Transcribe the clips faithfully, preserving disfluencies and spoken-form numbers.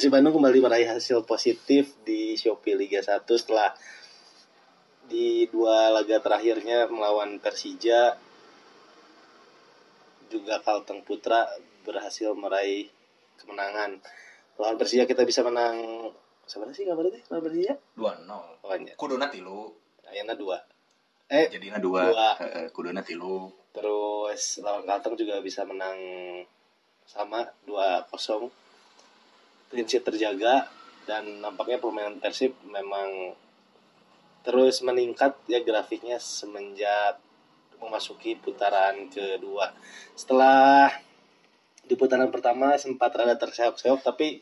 Persib Bandung kembali meraih hasil positif di Shopee Liga satu setelah di dua laga terakhirnya melawan Persija, juga Kalteng Putra berhasil meraih kemenangan. Lawan Persija kita bisa menang seberapa sih kabarnya teh lawan Persija? dua nol. Oh, nya. Kuduna tilu. Ayeuna dua. Eh, jadinya dua. dua. Heeh, kuduna tilu. Terus lawan Kalteng juga bisa menang sama dua kosong. Clean sheet terjaga dan nampaknya permainan Persib memang terus meningkat ya grafiknya semenjak memasuki putaran kedua. Setelah di putaran pertama sempat rada terseok-seok, tapi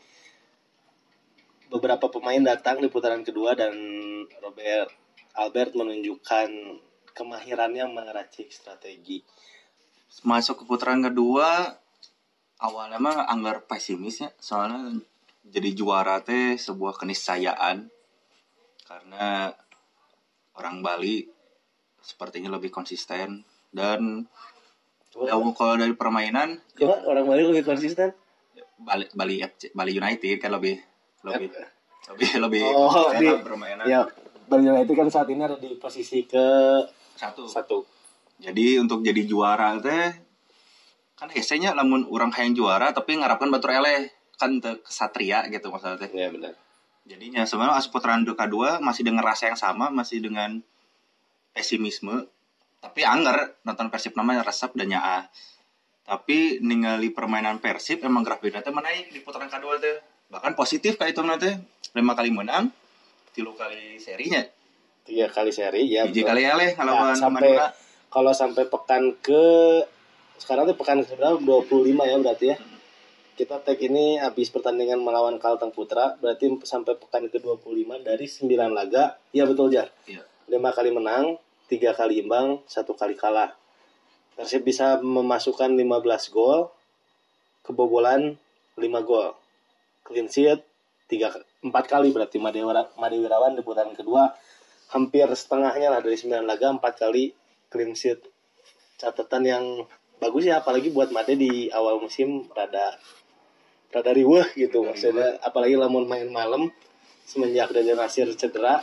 beberapa pemain datang di putaran kedua dan Robert Albert menunjukkan kemahirannya meracik strategi. Masuk ke putaran kedua awalnya mah anggar pesimis ya, soalnya jadi juara teh sebuah keniscayaan karena orang Bali sepertinya lebih konsisten dan oh. Kalau dari permainan coba orang Bali lebih konsisten. Bali Bali F C Bali United kan lebih lebih F- lebih lebih oh, konsisten di, permainan. Ya, Bali United kan saat ini ada di posisi ke satu. Satu. Jadi untuk jadi juara teh kan hesenya lamun urang hayang juara tapi ngarapkan batur eleh kan te kesatria gitu maksudnya teh. Iya benar. Jadinya sebenarnya as putaran kedua masih dengan rasa yang sama, masih dengan pesimisme, tapi anggar nonton Persib namanya resep dan nyaa. Tapi ningali permainan Persib emang grafiknya teh menaik di putaran kedua teh. Bahkan positif kayak itu nanti lima kali menang, tiga kali serinya. Tiga kali seri ya. Tiga kali eleh ngalawan nah, sampai Madura. Kalau sampai pekan ke sekarang tuh pekan ke berapa? dua puluh lima ya berarti ya. Hmm. Kita tag ini habis pertandingan melawan Kalteng Putra, berarti sampai pekan ke dua puluh lima dari sembilan laga. Iya betul Jar. Iya. lima kali menang, tiga kali imbang, satu kali kalah. Persib bisa memasukkan lima belas gol, kebobolan lima gol. Clean sheet tiga empat kali berarti Made Wirawan di putaran kedua hampir setengahnya lah dari sembilan laga empat kali clean sheet. Catatan yang bagus ya apalagi buat Made di awal musim rada rada riweuh gitu maksudnya, apalagi lamun main malam semenjak Daniel Nasir cedera,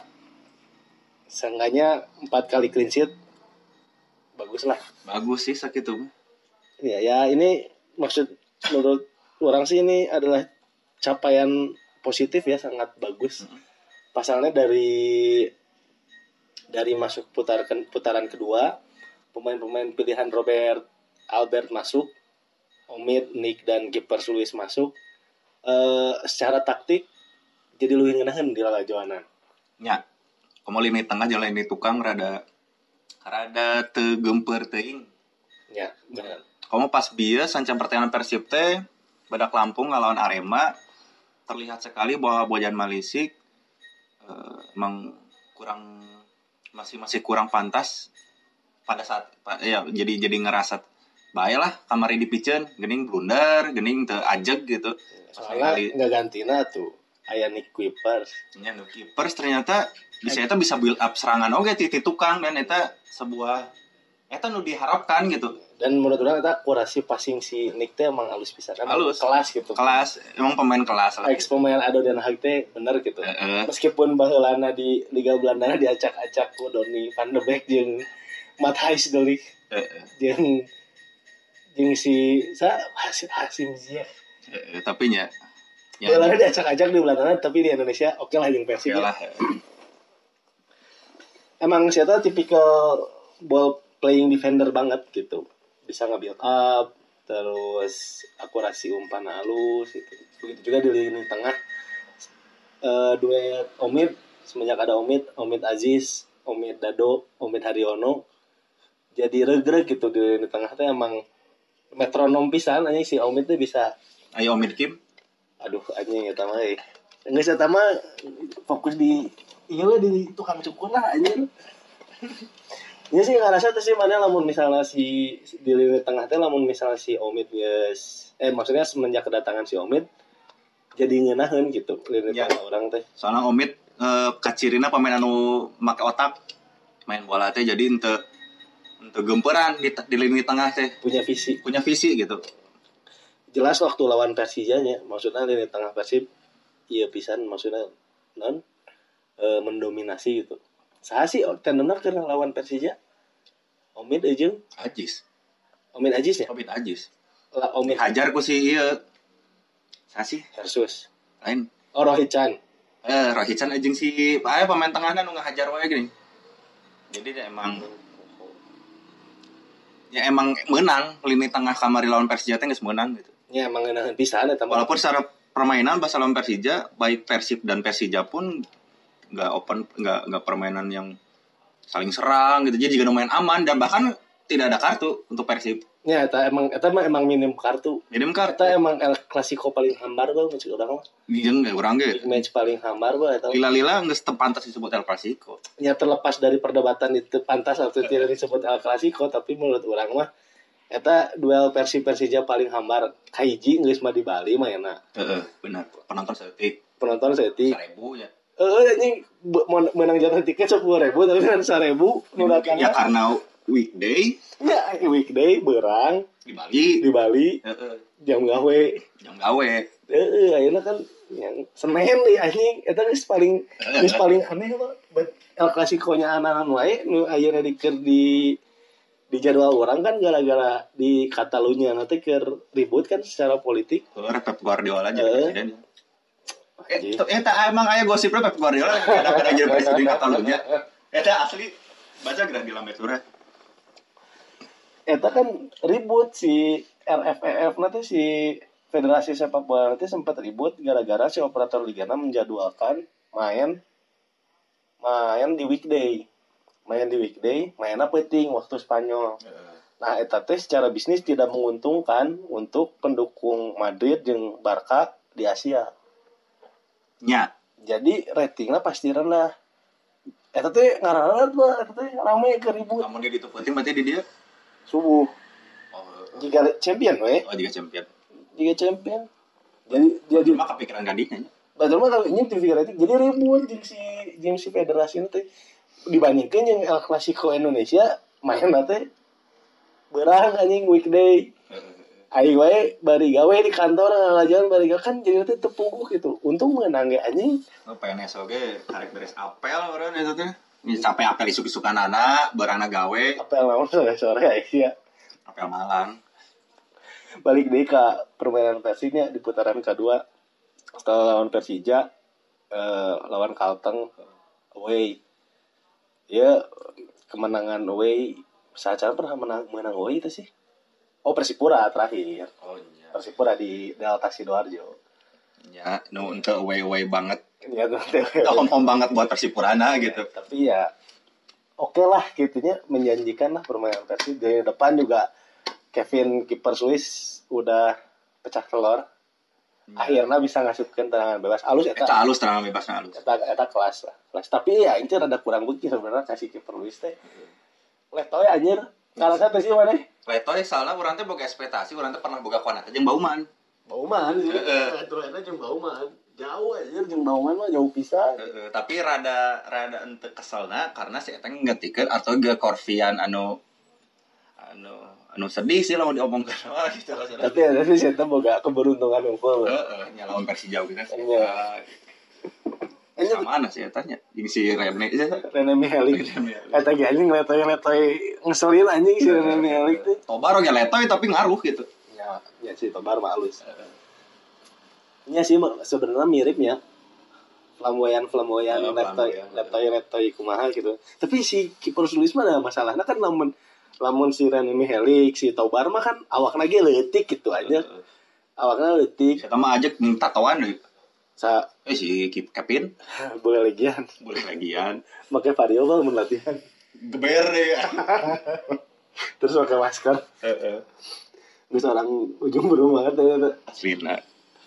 seenggaknya empat kali clean sheet bagus lah. Bagus sih sakitu. Ya ya ini maksud menurut orang sih ini adalah capaian positif ya, sangat bagus. Mm-hmm. Pasalnya dari dari masuk putaran putaran kedua, pemain-pemain pilihan Robert Albert masuk, Omid, Nick dan kiper Luis masuk. Uh, secara taktik jadi lebih ngenahan di laga Joanan. Ya. Komo lini tengah jeung lini tukang rada rada teu geumpeur teuing. Ya, benar. Komo pas bieu sancang pertandingan Persib teh badak Lampung ngalawan Arema, terlihat sekali bahwa Bojan Malisik uh, emang kurang masih masih kurang pantas pada saat ya jadi jadi ngerasa baiklah kamari dipikeun geuning blunder geuning teu ajeg gitu. Soalnya nggak gantina tuh aya Nick Kuipers. Nya Nick Kuipers ternyata bisa eta bisa build up serangan oge ti tukang dan eta sebuah eta nu diharapkan gitu. Dan menurut orang eta kurasi passing si Nick teh emang halus pisan kan. Kelas gitu. Kelas, emang pemain kelas lah. Ex pemain Ado Den Haag teh bener gitu. E -e. Meskipun baheulana di Liga Belanda diacak-acak ku Donny van de Beek jeung Matthijs de Ligt. Heeh. Jeung jeung si sa Hasim Hasim Ziyech. E, tapi nya ya baheulana diacak-acak di Belanda tapi di Indonesia oke okay lah jeung Persib. Oke lah. Emang siapa tipikal ball playing defender banget gitu. Bisa nge-build up, terus akurasi umpan halus gitu. Begitu juga di lini tengah. Uh, duet Omid, semenjak ada Omid, Omid Aziz, Omid Dado, Omid Haryono, jadi regreg gitu di lini tengah tuh emang metronom pisan anjing si Omid tuh bisa. Ayo Omid Kim. Aduh anjing eta mah euy. Geus eta mah fokus di ieu lah di tukang cukur lah anjing. Ya sih ngerasa tuh sih mana lamun misalnya si di lini tengah teh lamun misalnya si Omid yes eh maksudnya semenjak kedatangan si Omid jadi ngeunaheun gitu lini ya. Tengah orang teh. Soalnya Omid eh, kacirina pemain anu make otak main bola teh jadi henteu henteu gemperan di, di lini tengah teh punya visi punya visi gitu. Jelas waktu lawan Persijanya maksudnya lini tengah Persib iya pisan maksudnya non e, mendominasi gitu. Saha sih tandemna keur lawan Persija? Omid jeung Ajis. Omid Ajis ya? Omid Ajis. Lah Omid Hajar ku si ieu. Saha sih? Versus Lain. Oh Rohichan. Eh Rohichan jeung si aya pemain tengahna nu ngahajar wae gini. Jadi dia emang ya emang menang lini tengah kamari lawan Persija teh geus menang gitu. Ya emang ngeunaheun pisan eta mah. Walaupun secara permainan pas lawan Persija baik Persib dan Persija pun nggak open nggak nggak permainan yang saling serang gitu. Jadi juga lumayan aman dan bahkan tidak ada kartu untuk Persib. Ya eta emang eta mah emang minim kartu. Minim kartu. Eta emang El Clasico paling hambar bae menurut urang mah. Jeung ge urang ge. Match paling hambar bae eta. Lila-lila geus teu pantas disebut El Clasico. Ya terlepas dari perdebatan itu pantas atau tidak disebut El Clasico, tapi menurut urang mah eta duel Persib Persija paling hambar. Kaiji geus mah di Bali mah enak. Heeh, benar. Penonton setik. Penonton setik. seribu nya. Heeh anjing menang jatah tiket sepuluh ribu tapi kan seribu nu datang. Ya karena weekday. Ya weekday berang di Bali. Di Bali. Heeh. Jam gawe. Jam gawe. Heeh, ayeuna kan yang Senin deui anjing eta geus paling geus paling aneh mah El Clasico-nya ananan wae nu ayeuna dikeun di di jadwal orang kan gara-gara di Catalunya nanti keur ribut kan secara politik. Heeh, Pep Guardiola jadi uh, presiden. Eh, eh eta emang aya gosipna Pep Guardiola kadang-kadang jadi presiden Catalunya. Eta asli baca geura di Lambetura. Eta kan ribut si R F E F nanti si Federasi Sepak Bola nanti sempat ribut gara-gara si operator ligana menjadwalkan main main di weekday. Main di weekday, mainnya penting waktu Spanyol. Nah, eta teh secara bisnis tidak menguntungkan untuk pendukung Madrid jeung Barca di Asia. Nya. Jadi ratingnya pasti rendah. Eta teh ngararat mah, eta teh rame keur ribut. Lamun dia ditu penting berarti di dia subuh. Oh, jika champion we. Oh, jika champion. Jika champion. Jadi jadi mah kepikiran gadinya. Betul mah kalau ini T V rating jadi ribut jeung si jeung si federasi teh dibandingkan yang El Clasico Indonesia main teh berang anjing weekday. Aing wae bari gawe di kantor ngalajan bari gawe kan jadi teh tepungguh gitu. Untung meunang ge anjing. Oh, P N S oge tarik beres apel urang eta teh. Ini sampai apel isuk-isukan anak, barana gawe. Apel naon sore-sore ya. Apel Malang. Balik deui ka permainan Persibnya di putaran kedua. Setelah lawan Persija eh, lawan Kalteng away. Ya kemenangan away sacara pernah menang menang away itu sih. Oh Persipura terakhir. Oh iya. Persipura di Delta Sidoarjo. Ya, nu no, untuk away away banget. Ya tuh. Home-home banget buat Persipurana gitu. Ya, tapi ya oke okay lah gitunya menjanjikan lah permainan Persib. Dari depan juga Kevin kiper Swiss udah pecah telur. Ya. Akhirnya bisa ngasupkeun tendangan bebas alus eta. Eta alus tendangan bebas alus. Eta eta kelas lah. Kelas tapi ya ini rada kurang beuki sebenarnya kasih kiper Luis teh. Letoy anjir. Kalau kata sih mana? Letoy salah urang teh boga ekspektasi, urang teh pernah boga kuana teh jeung Bauman. Bauman sih. Heeh. Terus eta jeung Bauman. Jauh anjir jeung Bauman mah jauh pisan. Heeh, tapi rada rada ente keselna karena si eta ngetikeun atau ge Corvian anu anu anu sedih sih lamun diomongkeun wah gitu rasana. Tapi ada sih eta boga keberuntungan unggul. Heeh, nya lawan Persija gitu kan. Iya. Sama mana sih eta nya? Jeung si Rene Rene Mihelik. Eta ge anjing letoy-letoy ngeselin anjing si Rene Mihelik teh. Tobar oge letoy tapi ngaruh gitu. Ya, ya si Tobar mah halus. Nya sih sebenarnya mirip ya. Flamboyan-flamboyan oh, letoy letoy letoy kumaha gitu. Tapi si kiper Sulis mah ada masalahna kan lamun lamun si Rene Mihelik, si Tobar mah kan awakna ge leutik gitu aja. Uh, awakna leutik. Eta mah ajek tatoan deui. Sa eh si Kevin boleh legian. Boleh legian. Make vario mah mun latihan. Geber deh. Terus pakai masker. Heeh. Geus orang ujung burung banget ya. Aslina.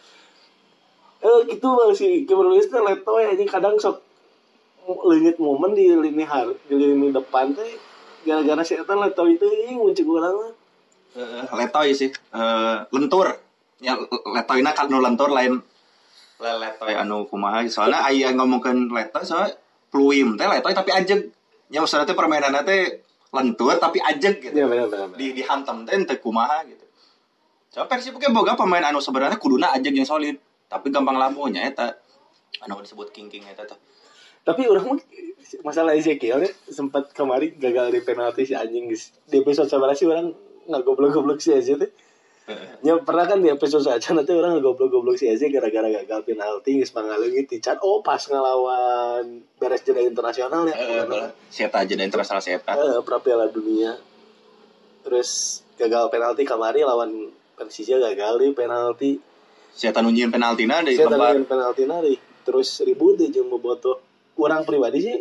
Eh gitu bang si kiper Luis teh letoy anjing kadang sok leungit momen di lini har di lini depan teh gara-gara si eta letoy teh muncul urang mah. Heeh, letoy sih. Eh lentur. Ya letoyna kan nu lentur lain letoy anu kumaha soalnya aya ngomongkeun letoy soalnya pluim teh letoy tapi ajeg. Nya maksudna teh permainanna teh lentur tapi ajeg gitu. Iya benar benar. Di dihantam teh teu kumaha gitu. Soalnya Persib ge boga pemain anu sebenarnya kuduna ajeg yang solid, tapi gampang lamunya eta. anu disebut king-king eta teh. Tapi orang mah masalah Ezekiel ya, sempat kemarin gagal di penalti si anjing guys. Di episode sabaraha sih orang ngagoblok-goblok si Eze teh. Ya pernah kan di episode saja nanti orang ngegoblok-goblok si Eze gara-gara gagal penalti geus mangaleungit dicat. Oh pas ngelawan beres jeda internasional ya. Heeh, Seta jeda internasional Seta. Eh, pra Piala Dunia. Terus gagal penalti kemarin lawan Persija gagal di penalti. Seta nu nyieun penaltina deui Saya lembar. tadi penaltina deui. Terus ribut deh jeung bobotoh. Urang pribadi sih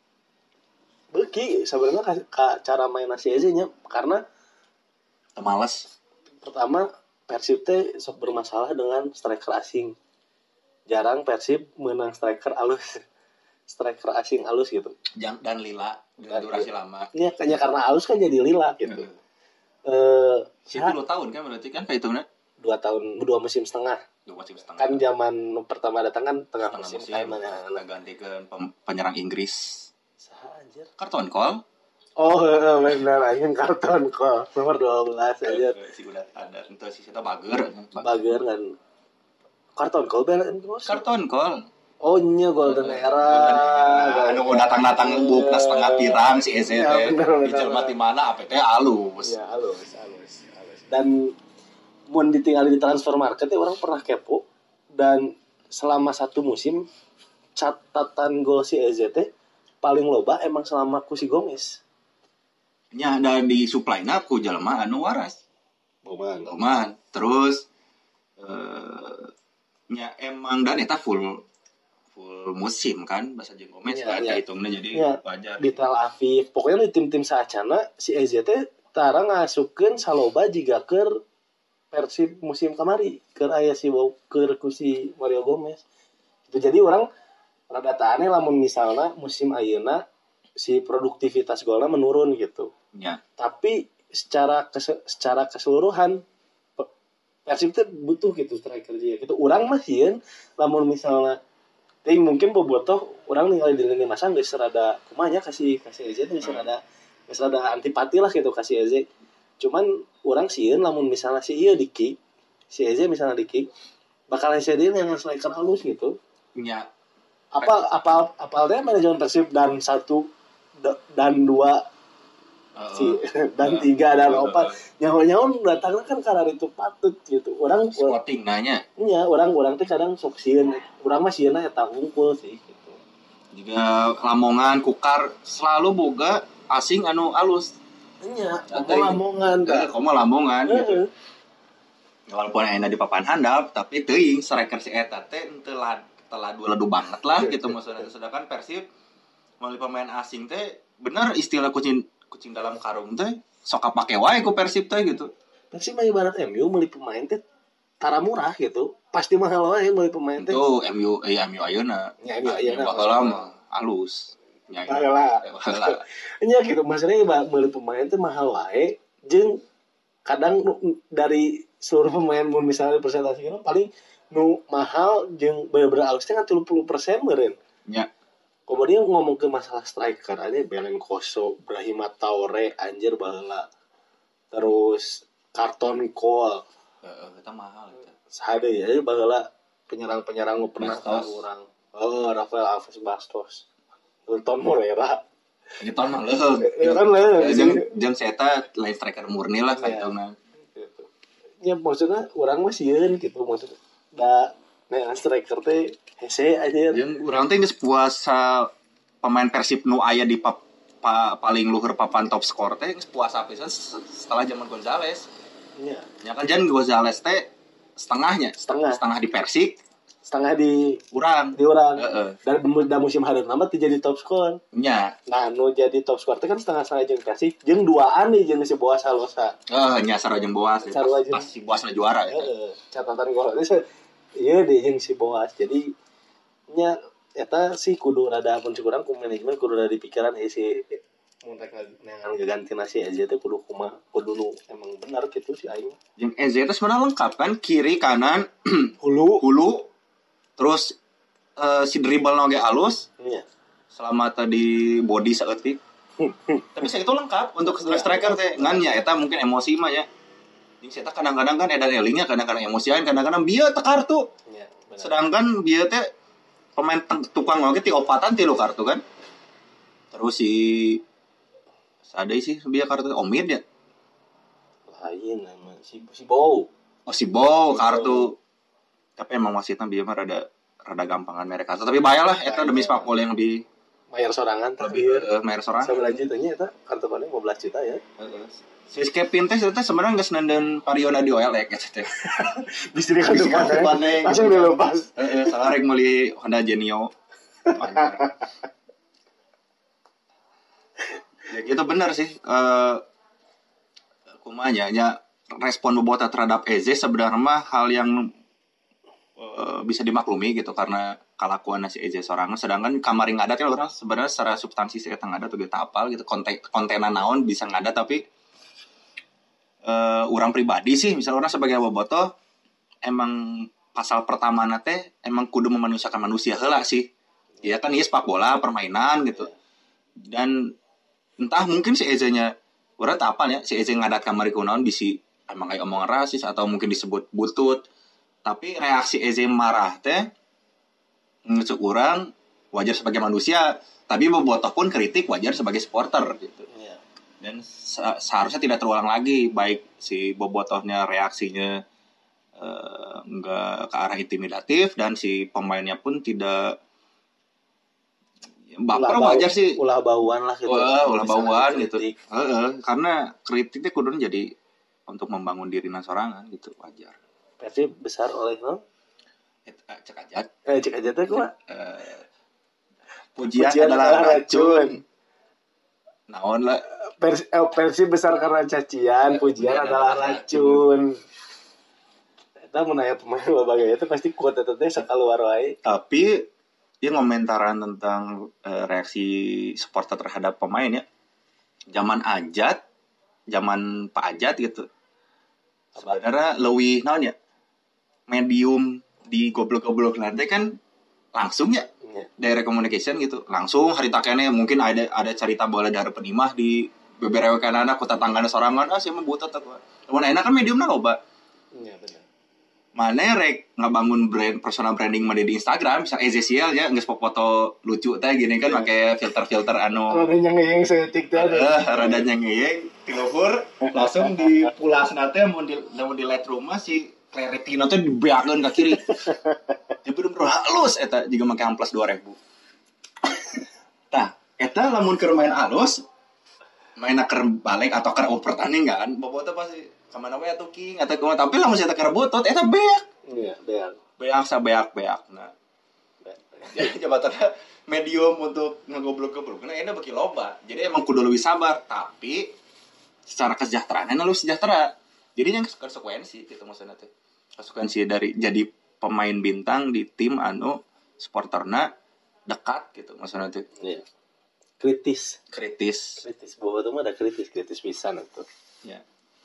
beuki sebenarnya ka, ka cara main si Eze nya karena Teu males. pertama Persib teh sok bermasalah dengan striker asing. Jarang Persib menang striker alus. Striker asing alus gitu. Jang dan lila dengan durasi lama. Ya kayaknya karena alus kan jadi lila gitu. Heeh. Eh, sepuluh tahun kan berarti kan kahitungna dua tahun dua musim setengah. dua musim setengah. Kan zaman pertama datang kan tengah Tengah musim musim kayak mana. gantikan pem- penyerang Inggris. Saha anjir. Karton call. Oh, heeh, benar anjing karton kok. Nomor dua belas aja. Si udah ada itu si Seta bager. Bager kan. Karton kok bener terus. Karton call. Oh nya golden era. Nah, anu datang-datang bukna setengah pirang si Eze Ya, teh. bener, bener, Dijelma bener. di mana apa teh alus. Ya, halus, halus, halus. Dan mun ditinggal di transfer market ya orang pernah kepo dan selama satu musim catatan gol si E Z T paling loba emang selama ku si Gomez. Nya da di supply-na ku jelema anu waras. Boman. Loman. Terus eh nya emang dan eta full full musim kan bahasa jeung Gomez Ya, kan ya. hitungna jadi Ya, wajar. di Tel Aviv pokoknya di tim-tim saacana si E Z T tara ngasukeun saloba jiga keur Persib musim kamari keur aya si keur ku si Mario Gomez. Itu jadi orang rada taane lamun misalna musim ayeuna si produktivitas golnya menurun gitu. Nya Tapi secara kese- secara keseluruhan pe- Persib teh butuh gitu striker dia gitu. Urang mah sieun lamun misalna ting mungkin bobotoh urang ningali di lini masa geus rada kumanya kasih kasih Eze geus rada geus rada antipati lah gitu kasih Eze. Cuman urang sieun lamun misalnya si ieu di kick, si Eze misalnya di kick bakal sedian yang striker halus gitu. nya Apa apa apalnya manajemen Persib dan satu da- dan dua uh, si dan tiga dan opat nyawa-nyawa datangnya kan karena itu patut gitu orang orang spotting nanya nya orang orang teh kadang sok sieun orang mah sieunna eta hungkul sih gitu. juga Lamongan Kukar selalu boga asing anu alus Nya Santai. lamongan eh, dah. komo Lamongan gitu. Heeh. Walaupun ayeuna di papan handap tapi teuing striker si eta teh teu lad telah dua ladu banget lah gitu maksudnya. Sedangkan Persib melalui pemain asing teh bener istilah kucing kucing dalam karung teh sok kapake wae ku Persib teh gitu. Persib mah ibarat M U meuli pemain teh tara murah gitu pasti mahal wae meuli pemain teh. Itu M U eh M U ayeuna. Ya, M U ayeuna. Baheula mah alus. Nya Baheula. baheula. Nya gitu maksudnya ibarat meuli pemain teh mahal wae jeung kadang nu- dari seluruh pemain mun misalnya presentasikan paling nu mahal jeung bener-bener alus teh kan tiga puluh persen meureun. Nya Kemudian ngomong ke masalah striker aja Belen Koso, Brahima Taure, anjir baheula. Terus Karton Cole, heeh eta mahal eta. sade ya baheula penyerang-penyerang nu pernah Bastos. urang. Oh, Rafael Alves Bastos. Nonton Moreira. Ini tahun mah leuheung. Ya kan leuheung. Jeung jeung si eta lain striker murni lah Iya. kaituna. Gitu. Ya maksudnya urang mah sieun gitu maksudnya. Da nah striker teh hese aja. Yang urang teh geus puasa pemain Persib nu aya di pap, pa, paling luhur papan top skor teh geus puasa pisan setelah zaman Gonzales. Iya. Ya kan jan Gonzales teh setengahnya, Setengah. setengah di Persik, Setengah di urang. di urang. Heeh. Dan da musim hareuna mah teu jadi top skor. Nya, Nah, nu jadi top skor teh kan setengah-setengah jeung Persik, jeung duaan nih jeung si Boas Salosa. eh nya sarua jeung Boas. Sarua jeung- Pas si Boasna juara ya. Heeh, catatan gol teh ieu deh jeung si Boas. Jadi nya eta sih kudu rada mun kurang ku manajemen kudu rada dipikiran eh si mun rek neangan gagantina si E Z teh kudu kumaha kudu nu emang bener gitu si aing. Jeung E Z teh sebenarnya lengkap kan, kiri kanan Hulu hulu terus eh, si dribble noge alus nya. selama tadi body saeutik. Tapi saya itu lengkap untuk striker teh ngan nya eta mungkin emosi mah ya. Jeung si eta kadang-kadang kan edan elingnya kadang-kadang emosian kadang-kadang bieu teu kartu. Nya, bener. Sedangkan bieu teh pemain tukang oke ti opatan tilu kartu kan. Terus si ada sih dia kartu Omid ya. Lain nama si si Bow. Oh si Bow kartu. Tapi emang wasitnya dia mah rada rada gampangan merek kartu. Tapi bayalah eta demi sepak bola yang lebih bayar sorangan lebih uh, bayar sorangan. Sebelah jutanya eta kartu mana lima belas juta ya. Heeh. Si Kevin teh eta sebenarnya geus nandeun Pariona di O L X teh. Bisa di kartu mana? Langsung dilepas. Heeh, salah rek meuli Honda Genio. Ya gitu benar sih. Eh kumanya nya respon bobotoh terhadap E Z sebenarnya mah hal yang uh, bisa dimaklumi gitu karena kelakuan si E Z sorangan, sedangkan kamari ngadat kan orang sebenarnya secara substansi sih eta ngadat tuh kita apal gitu konten kontenan naon bisa ngadat tapi uh, orang pribadi sih misalnya orang sebagai bobotoh emang pasal pertama nate emang kudu memanusiakan manusia heula sih. Ya kan ieu sepak bola permainan gitu. Dan entah mungkin si E Z-nya urang teu apal ya si E Z ngadat kamari kunaon bisi emang kayak omongan rasis atau mungkin disebut butut. Tapi reaksi E Z marah teh ngecek urang wajar sebagai manusia, tapi bobotoh pun kritik wajar sebagai supporter gitu. Iya. Dan se- seharusnya tidak terulang lagi baik si bobotohnya reaksinya uh, enggak ke arah intimidatif dan si pemainnya pun tidak baper wajar sih. Ulah bauan lah gitu. Wah, ulah bauan gitu. Heeh, karena kritiknya kudu jadi untuk membangun diri sorangan gitu wajar. Persib besar oleh no? Cek aja. Eh cek aja teh kumaha? Eh, pujian, pujian adalah racun. Naon lah. Persib, eh, Persib besar karena cacian, pujian ya, adalah racun. Eta mun aya pemain babagaya itu pasti kuat eta teh sakaluar wae. Tapi dia ngomentaran tentang uh, reaksi supporter terhadap pemain ya. Zaman Ajat, zaman Pak Ajat gitu. Sebenarnya leuwih naon ya? Medium di goblok-goblok nanti kan langsung ya. Yeah. Direct communication gitu. Langsung hari takene mungkin ada ada cerita bola dari penimah di beberapa kanana kota tanggana sorangan ah sih mah butuh teh. Mun enak kan mediumna loba. Iya yeah, benar. Mana rek ngebangun brand personal branding mana di Instagram misal Ezekiel ya nggak foto lucu teh gini kan pakai yeah. filter-filter anu radanya ngeyeng setik teh eh radanya ngeyeng tilufur langsung di pulas nate mau di mau di Lightroom si clarity teh dibeakeun ka kiri jadi bener-bener halus eta juga make amplas dua ribu tah eta lamun keur main halus main keur balik atau keur pertandingan bobotoh pasti kemana wae atuh king atau kumaha tapi lamun saya keur butot eta beak. Iya, beak. Beak sa beak-beak. Nah. Jadi jabatannya medium untuk ngegoblok-goblok. Nah, ini beki loba. Jadi emang kudu leuwih sabar, tapi secara kesejahteraan lu sejahtera. Jadi yang konsekuensi gitu maksudnya teh. Konsekuensi dari jadi pemain bintang di tim anu supporterna dekat gitu maksudnya teh. Iya. Kritis, kritis. Kritis. Bahwa tuh mah ada kritis, kritis pisan itu. Ya.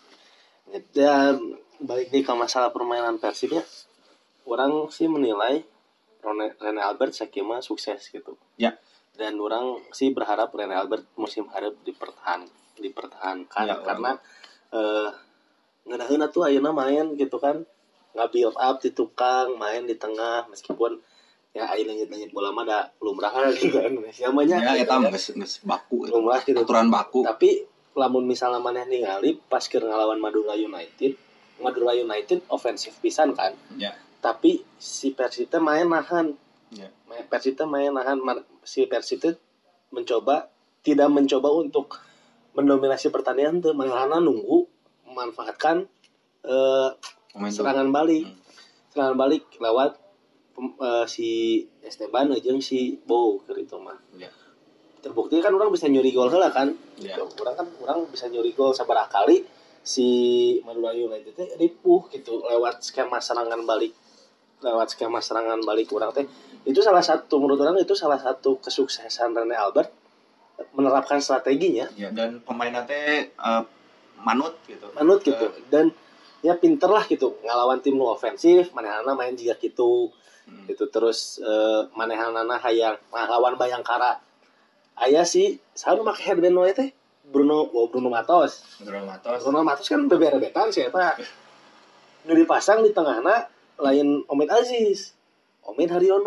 Dan balik nih ke masalah permainan Persib ya, orang sih menilai Rene, Rene Albert sakima sukses gitu. Ya. Dan orang sih berharap Rene Albert musim harap dipertahan, dipertahankan ya, karena eh ngeunaheun tuh ayeuna main gitu kan, nggak build up di tukang main di tengah meskipun ya ayeuna langit-langit bola mah da lumrah gitu kan Indonesia mah nya. Ya eta mah geus baku. Lumrah gitu. Aturan baku. Tapi lamun misalnya maneh ningali pas keur ngalawan Madura United, Madura United ofensif pisan kan. Ya. Tapi si Persita main nahan. Ya. Persita main nahan, si Persita mencoba tidak mencoba untuk mendominasi pertandingan tuh, malah nunggu memanfaatkan uh, serangan balik. Hmm. Serangan balik lewat uh, si Esteban jeung si Bow keur itu mah. Ya. Terbukti kan orang bisa nyuri gol heula kan. Yeah. Gitu. Orang kan orang bisa nyuri gol sabaraha kali si Madura United teh ripuh gitu lewat skema serangan balik. Lewat skema serangan balik orang teh. Itu salah satu menurut orang itu salah satu kesuksesan Rene Albert menerapkan strateginya. Ya, dan pemainnya teh uh, manut gitu. Manut gitu. Uh, dan ya pinter lah gitu ngalawan tim nu ofensif, manehana main jiga gitu. Hmm. Gitu terus uh, manehana hayang ngalawan Bayangkara. Aya sih, selalu make headband wae teh Bruno, oh Bruno Matos. Bruno Matos. Bruno Matos kan beberebetan sih eta. Nu dipasang di tengahna lain Omid Aziz, Omid Haryono.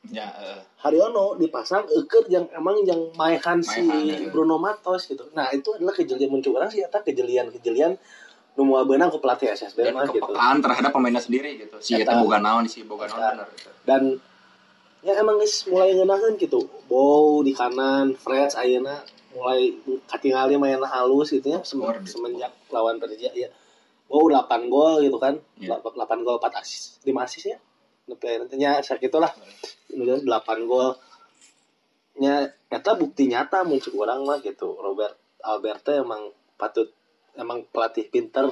Ya, uh, Haryono dipasang eukeut yang emang yang maehan si Maehan, ya. Bruno Matos gitu. Nah, itu adalah kejelian muncul orang sih eta kejelian-kejelian nu moal beunang ku pelatih S S B dan mah gitu. kepekaan terhadap pemainnya sendiri gitu. Si eta boga naon, si boga naon bener. Dan ya emang geus mulai ngeunaheun gitu. Bow di kanan, Freds ayeuna mulai katingali main halus gitu ya sem- semenjak lawan Persija ya. Bow delapan gol gitu kan. Yeah. delapan gol empat asis, lima asis ya. Nepi nantinya sakitulah. Kemudian delapan gol nya eta bukti nyata muncul orang mah gitu. Robert Alberto emang patut emang pelatih pinter.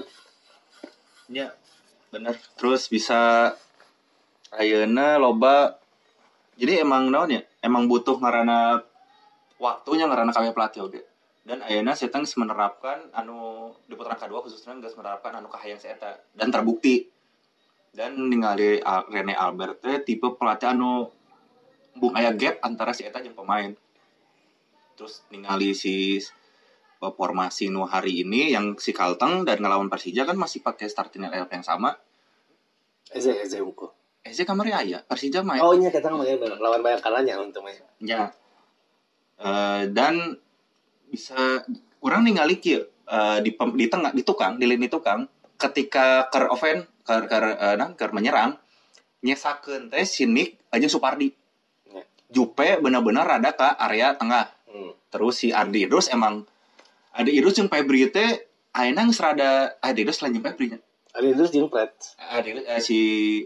Ya, bener. Terus bisa ayeuna loba. Jadi emang naon ya? Emang butuh ngaranna waktunya ngaranna kawe pelatih oge. Dan ayeuna saya geus menerapkan anu di putaran kedua khususnya geus menerapkan anu kahayang si eta dan terbukti. Dan ningali Rene Albert teh tipe pelatih anu bung aya gap antara si eta jeung pemain. Terus ningali si formasi nu hari ini yang si Kalteng dan ngelawan Persija kan masih pakai starting lineup yang sama. Eze Eze unggul. Eze kamari aya, Persija main. Oh iya kita main lawan Bayangkaranya untuk main. Ya. Uh, dan bisa kurang ningali kieu uh, di di tengah di tukang di lini tukang ketika ker offen ker ker uh, nah, ker menyerang nyesakeun teh Sinik aja Supardi. Ya. Jupe benar-benar rada ka area tengah. Hmm. Terus si Ardi Idrus emang Ardi Idrus jeung Febri teh ayeuna geus rada Ardi Idrus lain jeung Febri nya. Ardi Idrus jeung Freds. Ardi uh, si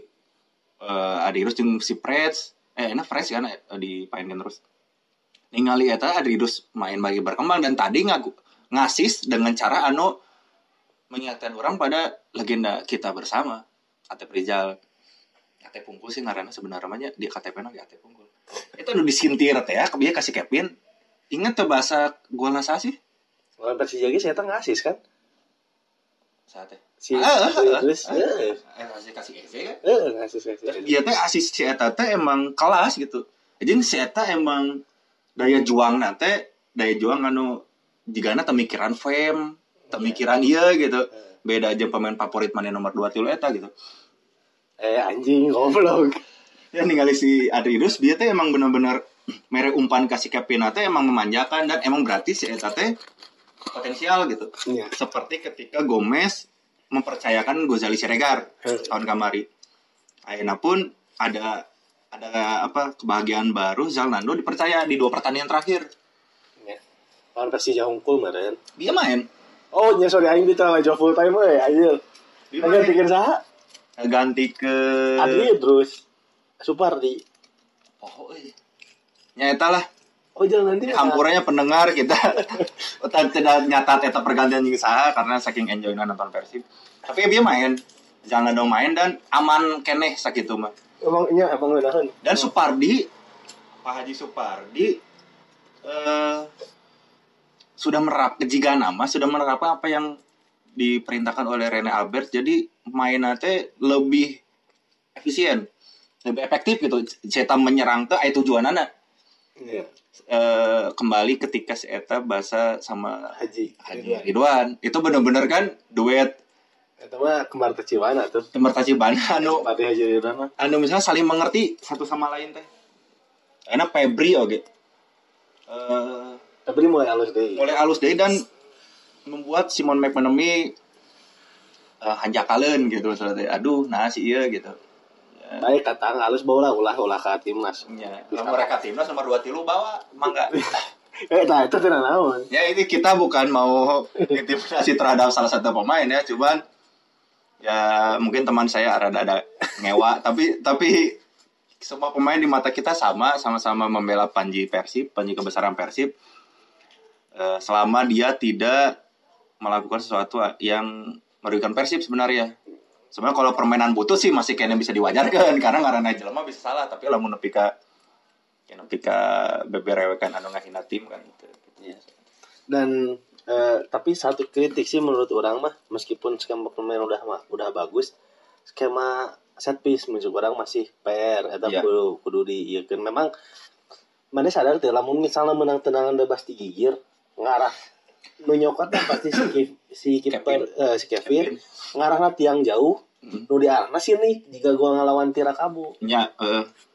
uh, Ardi Idrus jeung si Freds eh enak Freds kan uh, dipainkeun terus. Ningali eta Ardi Idrus main bagi berkembang dan tadi ngaku ngasis dengan cara anu mengingatkan orang pada legenda kita bersama Atep Rizal. Atep Unggul sih ngaranna sebenarnya namanya dia K T P-na ge Atep Unggul. Itu anu disintir teh ya, kebieu kasih Kevin. Ingat tuh bahasa golna saha sih? Lawan Persija ge saya teh ngasis kan. Saha teh? Si Idrus heeh. Eh kasih kasih Eze kan? Heeh, ngasis ngasis. Dia teh asis si eta teh emang kelas gitu. Jeung si eta emang daya juang nate daya juang anu jigana temikiran fame temikiran iya gitu beda aja pemain favorit mana nomor dua tilu eta gitu eh anjing goblok ya ningali si Adridus dia teh emang benar-benar mere umpan kasih Kevin teh emang memanjakan dan emang berarti si eta teh potensial gitu ya. Seperti ketika Gomez mempercayakan Gozali Siregar tahun kamari ayeuna pun ada ada apa kebahagiaan baru Zalnando dipercaya di dua pertandingan terakhir. Ya. Lawan Persija Hungkul meren. Dia main. Oh, nya sorry aing bita aja full time we anjir. Dia ganti saha? Ganti ke Adri terus Supardi. Oh, iya. Nya eta lah. Oh, jangan nanti hampuranya pendengar kita tidak nyatat eta pergantian jeung saha karena saking enjoyna nonton Persib. Tapi dia main. Zalnando main dan aman keneh sakitu mah. Emang iya emang ngeunaheun. Dan Supardi Pak Haji Supardi uh, sudah merap kejiga nama sudah menerapkan apa yang diperintahkan oleh Rene Albert jadi mainnya teh lebih efisien lebih efektif gitu Eta menyerang teh aya tujuanana yeah. uh, kembali ketika si Eta bahasa sama Haji Haji Ridwan itu benar-benar kan duet eta mah kembar Tacibana tuh. Kembar Tacibana anu Pati Haji Ridwan mah. Anu misalnya saling mengerti satu sama lain teh. Karena Febri oge. Eh Febri mulai halus deui. Mulai halus deui dan membuat Simon McManamy uh, hanjakaleun gitu teh. Aduh, nah si ieu gitu. Ya. Baik katang halus bawa lah ulah ulah ka timnas. Nya, lamun rek ka timnas nomor dua tilu bawa mangga. Eh, nah itu tidak naon. Ya ini kita bukan mau intimidasi terhadap salah satu pemain ya, cuman ya mungkin teman saya ada ada ngewa tapi tapi semua pemain di mata kita sama sama-sama membela Panji Persib Panji kebesaran Persib e, selama dia tidak melakukan sesuatu yang merugikan Persib sebenarnya sebenarnya kalau permainan butuh sih masih kayaknya bisa diwajarkan karena ngaranna jelema bisa salah tapi lamun nepi ka ya nepi ka beberewekan anu ngahina tim kan gitu, gitu. Ya. Dan Uh, tapi satu kritik sih menurut orang mah meskipun skema pemain udah udah bagus skema set piece menurut orang masih P R eta yeah. kudu kudu diieukeun memang mana sadar teh lamun misalnya menang tendangan bebas digigir ngarah nu nyokotna pasti si Kif, si kiper uh, si Kevin ngarahna tiang jauh mm. nu diarahna sini jika gua ngalawan Tira Kabu nya uh.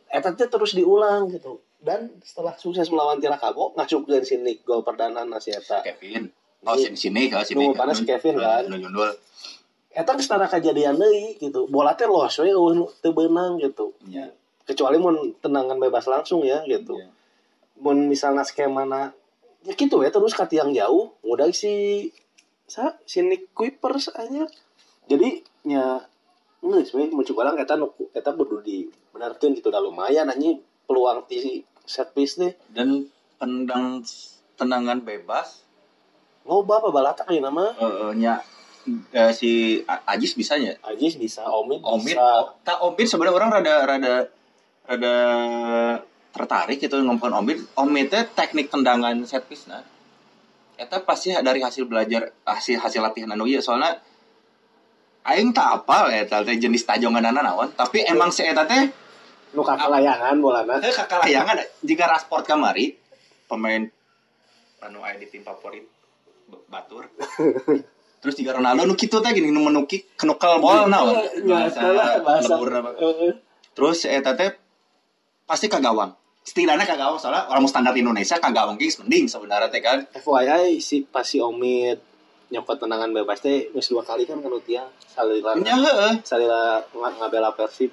eta teh terus diulang gitu. Dan setelah sukses melawan Tirakabo ngasupkeun si Nick gol perdana na si eta. Kevin. Oh, sini sini ka sini. Nu panas Kevin kan. Nu nyundul. Eta geus tara kajadian deui gitu. Bola teh los we eueuh teu beunang gitu. Iya. Kecuali mun tendangan bebas langsung ya gitu. Iya. Mun misalnya skemana ya gitu ya terus ka tiang jauh mudah si sa si Nick Kuipers aja. Jadi nya geus we mun cukup orang eta nu eta kudu dibenarkeun gitu da lumayan anjing peluang ti set piece teh. Dan pendang tendangan bebas Loba apa balata ieu nama? eh nya eh, si A- Ajis bisa nya. Ajis bisa, Omid Omid, bisa. tak Omid sebenarnya orang rada rada rada tertarik gitu ngomongin Omid. Omid teh teknik tendangan set piece nah. Eta pasti dari hasil belajar hasil hasil latihan anu ieu soalnya aing tak apal eta teh jenis tajonganana naon, tapi emang si eta teh Nu kakalayangan bolana. teh kakalayangan jika Rashford kamari pemain anu aya di tim favorit Batur. Terus jika Ronaldo nu kitu teh gini nu menukik kenukel bola naon. Enggak salah bahasa. Lebur apa. Terus eta teh pasti ka gawang. Setidaknya ka gawang soalnya orang standar Indonesia ka gawang geus mending sebenarnya teh kan. F Y I si pas si Omid nyokot tendangan bebas teh geus dua kali kan kanu tiang salila. Nya heeh. Salila ngabela Persib.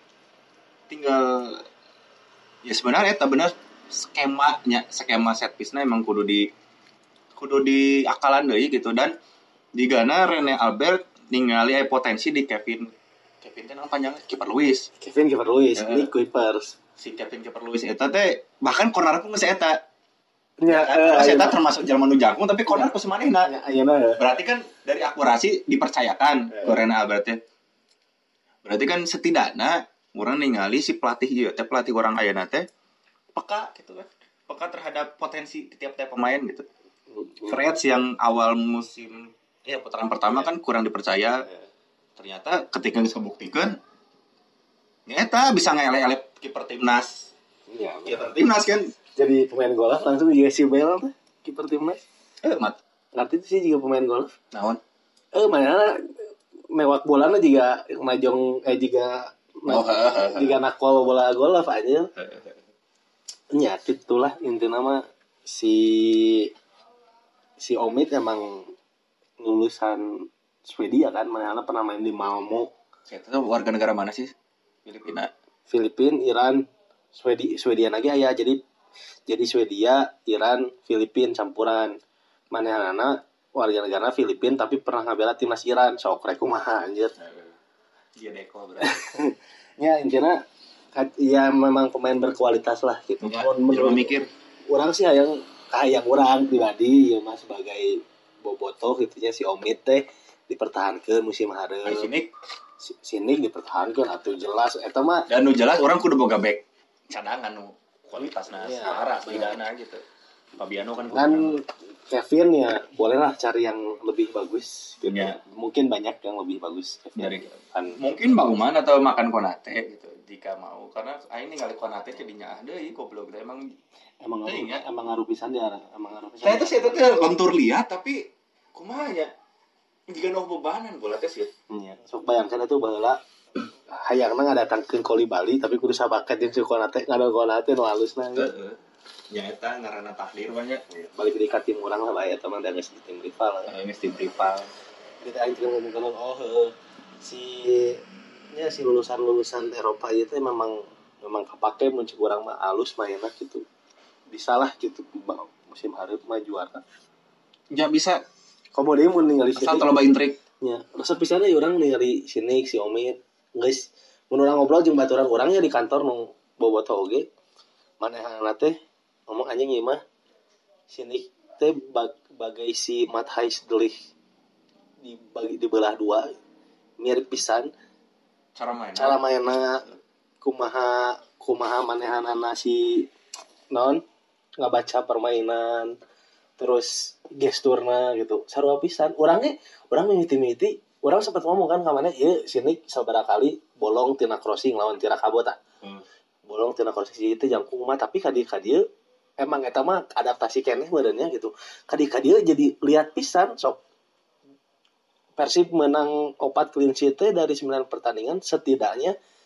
Tinggal ya sebenarnya eta bener skemanya skema set piece-na emang kudu di kudu di akalan deui gitu dan digana Rene Albert ningali aya potensi di Kevin Kevin teh panjang kiper Luis. Kevin kiper Luis, Ya. Nick Kuipers. Si Kevin kiper Luis eta teh bahkan corner pun geus eta. Ya, Karena eta termasuk Jerman nu jangkung tapi corner ku semanehna. ya ayeuna ya. Berarti kan dari akurasi dipercayakan Ya. ke Rene Albert teh. Berarti kan setidaknya urang ningali si pelatih ieu teh pelatih orang ayeuna teh peka gitu kan. Peka terhadap potensi tiap-tiap pemain gitu. Freds yang awal musim ya putaran pertama kan kurang dipercaya. Ternyata ketika geus kabuktikeun nyata bisa ngelek-elek kiper timnas. Iya, Kiper timnas kan. jadi pemain golf langsung juga si Bell teh kiper timnas. Eh mat Ngerti sih juga pemain golf. naon? Eh mana mewak bolana juga majong eh juga Oh, heeh. juga nakol bola golf aja. Ya itulah intinya mah si si Omid emang lulusan Swedia kan, mana pernah main di Malmo, Saya tahu warga negara mana sih? Filipina. Filipina, Iran, Swedia, Swedia lagi ya. Jadi jadi Swedia, Iran, Filipina campuran. Manehna warga negara Filipina tapi pernah ngabela timnas Iran. Sok rek kumaha anjir. Iya deko berarti. Ya intinya kat- ya memang pemain berkualitas lah gitu. Ya, Mun menurut menurut mikir. orang sih hayang hayang orang pribadi ya mas sebagai bobotoh gitu ya si Omid teh dipertahankan musim Di hareup. sini Si- sini dipertahankan atuh jelas eta mah dan nu jelas orang kudu boga back cadangan nu kualitasna Iya. setara bedana gitu. Fabiano kan kan Kevin ya bolehlah cari yang lebih bagus gitu. Ya. Mungkin banyak yang lebih bagus Kevin. Dari- kan mungkin Bauman atau makan Konate gitu jika mau karena aing ningali Konate jadinya ah deui goblok teh emang emang ngaruh, Iya. emang ngaruh pisan dia emang ngaruh pisan. saya tuh saya tuh lentur lihat tapi kumaha ya jika nu bebanan bola teh sih Iya, sok bayangkan itu baheula hayangna ngadatangkeun Koli Bali tapi kudu sabaket jeung si Konate ngadol Konate nu halusna heeh nya eta ngaranna takdir banyak balik di ka tim urang lah bae eta mah da geus di tim rival. ini tim rival Kita aing teu ngomongkeun oh heuh, si nya si lulusan-lulusan Eropa ieu teh memang memang kapake mun cik urang mah alus mainna gitu. Bisalah gitu musim hareup mah juara. ya bisa Komo deui mun ningali asal teu loba intrik nya resep pisan deui urang ningali si Nick si Omid geus mun urang ngobrol jeung baturan urang ya di kantor nu bobotoh oge manehna teh ngomong anjing ieu mah si Nick teh bag, bagai si Matthijs de Ligt dibagi dibelah dua mirip pisan cara main cara mainna kumaha kumaha manehanana si non ngabaca permainan terus gesturna gitu sarua pisan urangnya urang mimiti-miti urang sempat ngomong kan ka maneh ieu sini sabaraha kali bolong tina crossing lawan Tirakabo tah Hmm. bolong tina crossing si teh jangkung mah tapi kadi ka dieu emang eta mah adaptasi keneh badannya gitu kadi ka dieu jadi lihat pisan sok Persib menang opat clean sheet teh dari sembilan pertandingan setidaknya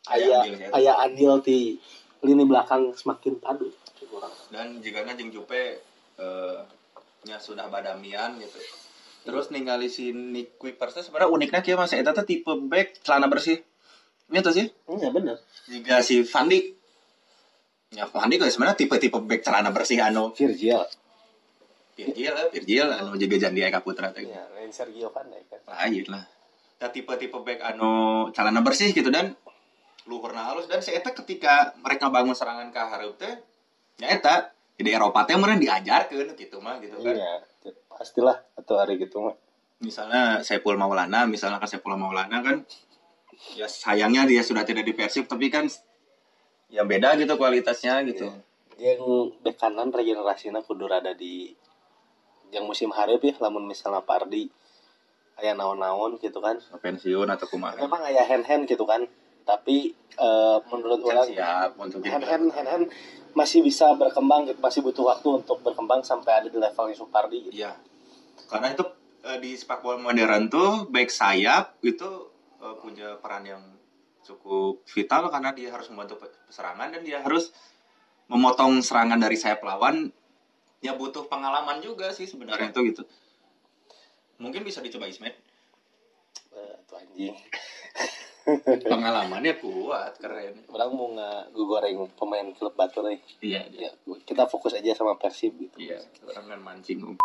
aya aya andil di lini belakang semakin padu kurang. Dan jigana jeung Jupe eh, nya sudah badamian gitu. Terus ningali si Nick Kuipers sebenarnya uniknya kieu Mas eta teh tipe back celana bersih. Iya tuh sih? Iya bener. Jika si Van Dijk ya Van Dijk sebenarnya tipe-tipe back celana bersih anu Virgil. Virgil lah, Virgil anu juga Jandi Eka Putra teh. Iya, lain Sergio Van Dijk kan. Lain lah. Ya tipe-tipe back anu celana bersih gitu dan luhurna halus dan si eta ketika mereka bangun serangan ka hareup teh ya eta di Eropa teh meureun diajarkeun gitu mah gitu kan. Iya, pastilah atau hari gitu mah. Misalnya Saiful Maulana, misalnya kan Saiful Maulana kan ya sayangnya dia sudah tidak di Persib tapi kan ya beda gitu kualitasnya gitu. Iya. Yang bek kanan regenerasinya kudu rada di yang musim hareup ya lamun misalnya Pardi aya naon-naon gitu kan Pensiun atau kumaha. memang aya hand-hand gitu kan tapi uh, menurut orang siap untuk hand-hand hand-hand masih bisa berkembang gitu, masih butuh waktu untuk berkembang sampai ada di levelnya Supardi gitu. Iya. Karena itu uh, di sepak bola modern tuh back sayap itu uh, punya peran yang cukup vital karena dia harus membantu serangan dan dia harus memotong serangan dari sayap lawan. Ya butuh pengalaman juga sih sebenarnya itu gitu. Mungkin bisa dicoba Ismet. Uh, tuh anjing. Pengalamannya kuat, keren. Orang mau nggak goreng pemain klub Batur nih. Iya, iya. Kita fokus aja sama Persib gitu. Iya, orang kan mancing.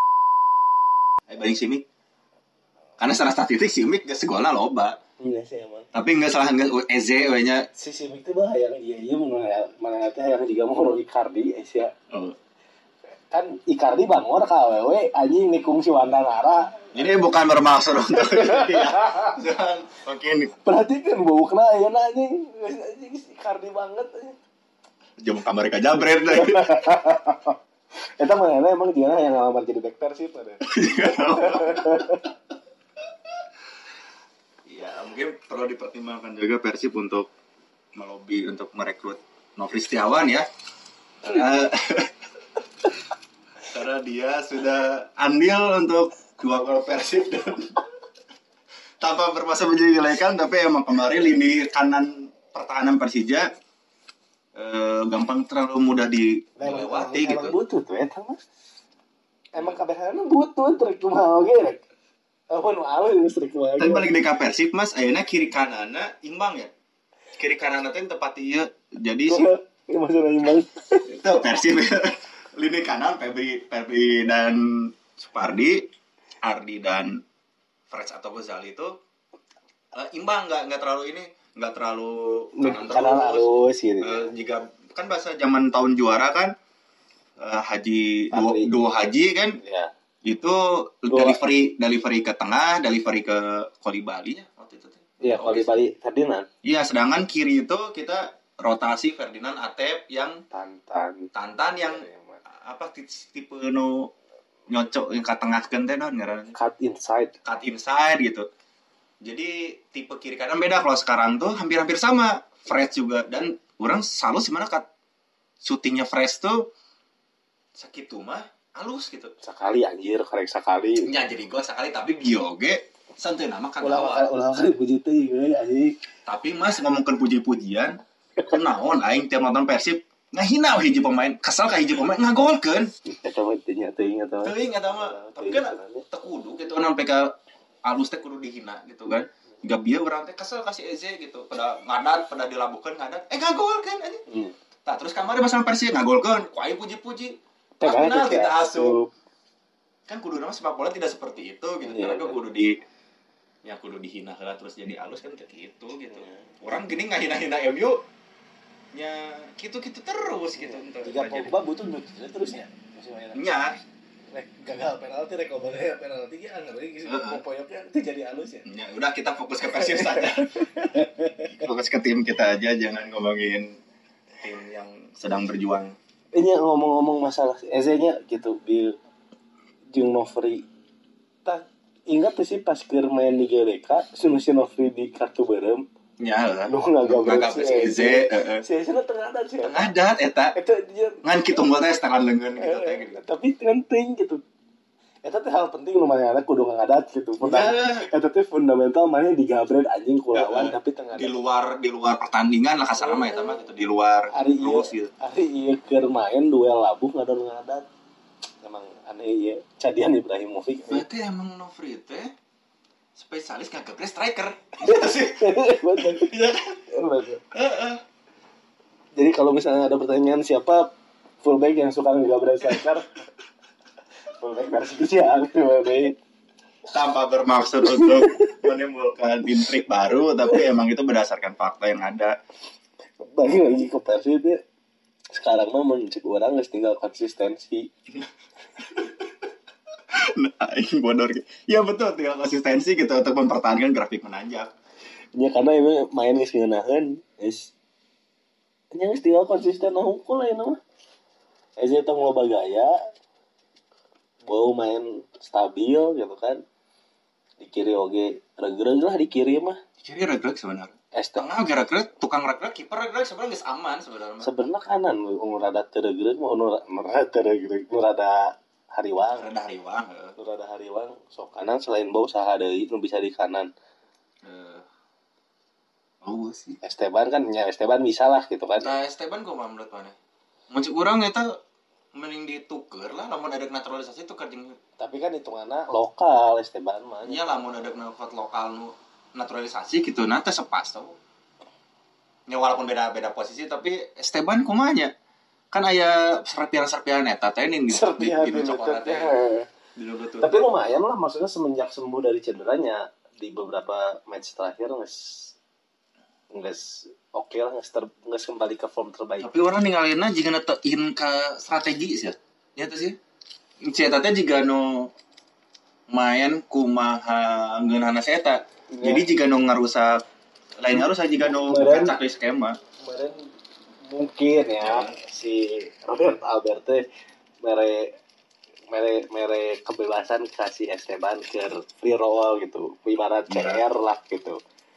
Eh balik Simic. Karena secara statistik Simic geus golna loba. Iya sih emang. Tapi enggak salah enggak Eze we nya. Si Simic teh bahaya iya iya mana teh yang juga mau Icardi Asia. Oh. Kan Icardi bangor ka awewe anjing nikung si Wandanara. Ini bukan bermaksud untuk ya. Jangan makin perhatikan bawukna ayeuna anjing anjing Icardi banget anjing. Jam kamar ka jabret deh. Eta mana emang dia yang ngalamar jadi back Persib ada. Ya, mungkin perlu dipertimbangkan juga Persib untuk melobi untuk merekrut Nofri Setiawan ya. Karena karena dia sudah andil untuk dua gol Persib dan tanpa bermasa menjelekan tapi emang kemarin lini kanan pertahanan Persija eh, gampang terlalu mudah dilewati gitu. Emang butuh tuh eta mah. Emang kabehana butuh trek kumaha oge rek. Apun alus trek kumaha. Tapi balik deui ka Persib Mas, ayeuna kiri kananna imbang ya. Kiri kananna teh tepat ieu. Jadi si maksudna imbang. Itu Persib lini kanan Febri Febri dan Supardi, Ardi dan Freds atau Gozali itu uh, imbang nggak nggak terlalu ini nggak terlalu kanan terus halus, gitu. Uh, jika kan bahasa zaman tahun juara kan uh, haji dua, dua haji kan ya. Itu dua. delivery delivery ke tengah delivery ke Kolibali ya waktu itu iya Kolibali Ferdinand iya sedangkan kiri itu kita rotasi Ferdinand Atep yang Tantan Tantan yang ya, apa tipe no nyocok yang ke tengah teh non ngaranna cut inside cut inside gitu. Jadi tipe kiri kanan beda kalau sekarang tuh hampir-hampir sama. Fresh juga dan orang selalu sih mana cut syutingnya Fresh tuh sakitu mah halus gitu. Sekali anjir karek sekali. Nya jadi gol sekali tapi bioge santai nama kan ulah ulah kali puji teuing we anjing. Tapi Mas ngomongkeun puji-pujian kunaon aing tiap nonton Persib ngahina hiji pemain kesal ka hiji pemain ngagolkeun eta mah teh nya teuing eta mah teuing eta mah tapi kan teu kudu gitu sampai ka alus teh kudu dihina gitu kan gak bieu urang teh kesel kasih Eze gitu pada ngadat pada dilabuhkeun ngadat eh ngagolkeun anjing hmm. Tah terus kamari masalah Persib ngagolkeun ku aing puji-puji teh kan kita asup kan kudu nama sepak bola tidak seperti itu gitu karena yeah, kudu di ya kudu dihina heula terus jadi alus kan kayak gitu gitu yeah. Orang gini ngahina-hina M U nya gitu-gitu terus gitu. Jika Pogba butuh butuh terusnya. Nya. Rek gagal penalti rek obalnya penalti ge anggar ge popoyoknya itu jadi halus ya. Ya udah kita fokus ke Persib saja. Fokus ke tim kita aja jangan ngomongin tim yang sedang berjuang. Ini ngomong-ngomong masalah Eze-nya gitu Bill jeung Nofri. Tah ingat sih pas keur main di G L K si Nofri di kartu berem. Ya lah. Nu ngagabrak si Eze, heeh. Si Eze tengah adat sih. Tengah adat eta. Eta dia ngan kitu mah teh setelan leungeun gitu teh gitu. Tapi kan teuing gitu. Eta teh hal penting lumayan ada kudu ngadat gitu. Fundamental. Eta teh fundamental mana digabret anjing kulawan Ya, tapi tengah di luar di luar pertandingan lah kasarna mah eta mah gitu di luar hari ieu rules gitu. hari ieu keur main duel labuh ngadon ngadat. Emang aneh ieu Cadian Ibrahimovic. Berarti emang Novri teh spesialis ngagabret striker. Gitu sih. Betul. Iya. Betul. Heeh. Jadi kalau misalnya ada pertanyaan siapa fullback yang suka ngegabret striker, fullback versi siang, fullback. Tanpa bermaksud untuk menimbulkan intrik baru, tapi emang itu berdasarkan fakta yang ada. Bagi lagi ke Persib ya. Sekarang mah mencek orang nggak tinggal konsistensi. Nah, ini bodor. Ya betul, tinggal konsistensi gitu untuk mempertahankan grafik menanjak. Ya karena ini main geus ngeunaheun, geus nya geus tinggal konsisten nah hungkul lain mah. Eze tong loba gaya. Bau main stabil gitu kan. Di kiri oge regreg lah di kiri mah. Di kiri regreg sebenarnya. Es tengah oge regreg, tukang regreg, kiper regreg sebenarnya geus aman sebenarnya. Sebenarnya kanan umur rada teu regreg mah umur rada teu regreg, nu rada hariwang. Rada hariwang, heeh. Nu rada hariwang sok kanan selain Bau saha deui nu bisa di kanan. Eh. Oh sih. Esteban kan nya Esteban bisa lah gitu kan. Nah, Esteban kok menurut mana? Muncul urang eta mending dituker lah lamun ada naturalisasi tuker jeung. Tapi kan hitunganna lokal Esteban mah. Iya lamun ada knalpot lokal nu naturalisasi gitu nah teh sepas tau. Ya walaupun beda-beda posisi tapi Esteban kumaha nya? Kan aya serpian-serpian eta teh ning di di di coklat teh. Di lutut. Tapi lumayan lah maksudnya semenjak sembuh dari cederanya di beberapa match terakhir nges nges oke okay lah nges, ter, nges kembali ke form terbaik. Tapi orang ninggalinna jika netein ke strategi sih. Ya tuh sih. Saya teh jika nu main kumaha ngeunahna eta. Ya. Jadi jika nu ngarusak lain ngarusak jika nu kacak di skema. Kemarin mungkin ya, ya. Si Robert Albert mere mere mere kebebasan kasih Esteban ke free roll gitu. Ibarat C R lah gitu.